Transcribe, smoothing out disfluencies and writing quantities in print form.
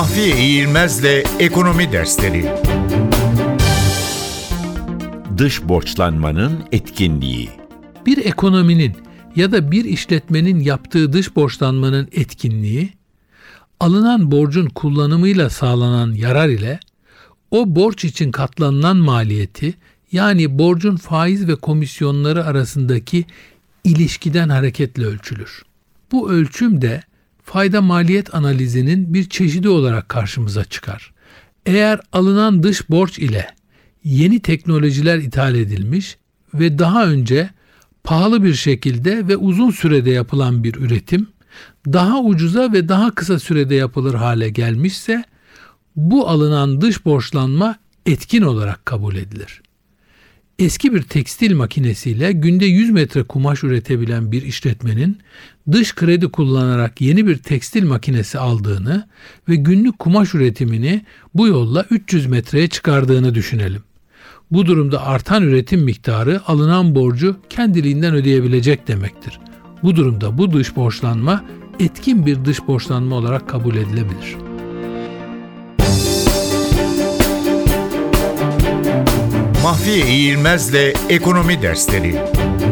Mahfiye İğilmez'le Ekonomi Dersleri. Dış borçlanmanın etkinliği. Bir ekonominin ya da bir işletmenin yaptığı dış borçlanmanın etkinliği, alınan borcun kullanımıyla sağlanan yarar ile o borç için katlanılan maliyeti, yani borcun faiz ve komisyonları arasındaki ilişkiden hareketle ölçülür. Bu ölçüm de fayda maliyet analizinin bir çeşidi olarak karşımıza çıkar. Eğer alınan dış borç ile yeni teknolojiler ithal edilmiş ve daha önce pahalı bir şekilde ve uzun sürede yapılan bir üretim daha ucuza ve daha kısa sürede yapılır hale gelmişse, bu alınan dış borçlanma etkin olarak kabul edilir. Eski bir tekstil makinesiyle günde 100 metre kumaş üretebilen bir işletmenin dış kredi kullanarak yeni bir tekstil makinesi aldığını ve günlük kumaş üretimini bu yolla 300 metreye çıkardığını düşünelim. Bu durumda artan üretim miktarı alınan borcu kendiliğinden ödeyebilecek demektir. Bu durumda bu dış borçlanma etkin bir dış borçlanma olarak kabul edilebilir. Mahfiye İğilmez'le Ekonomi Dersleri.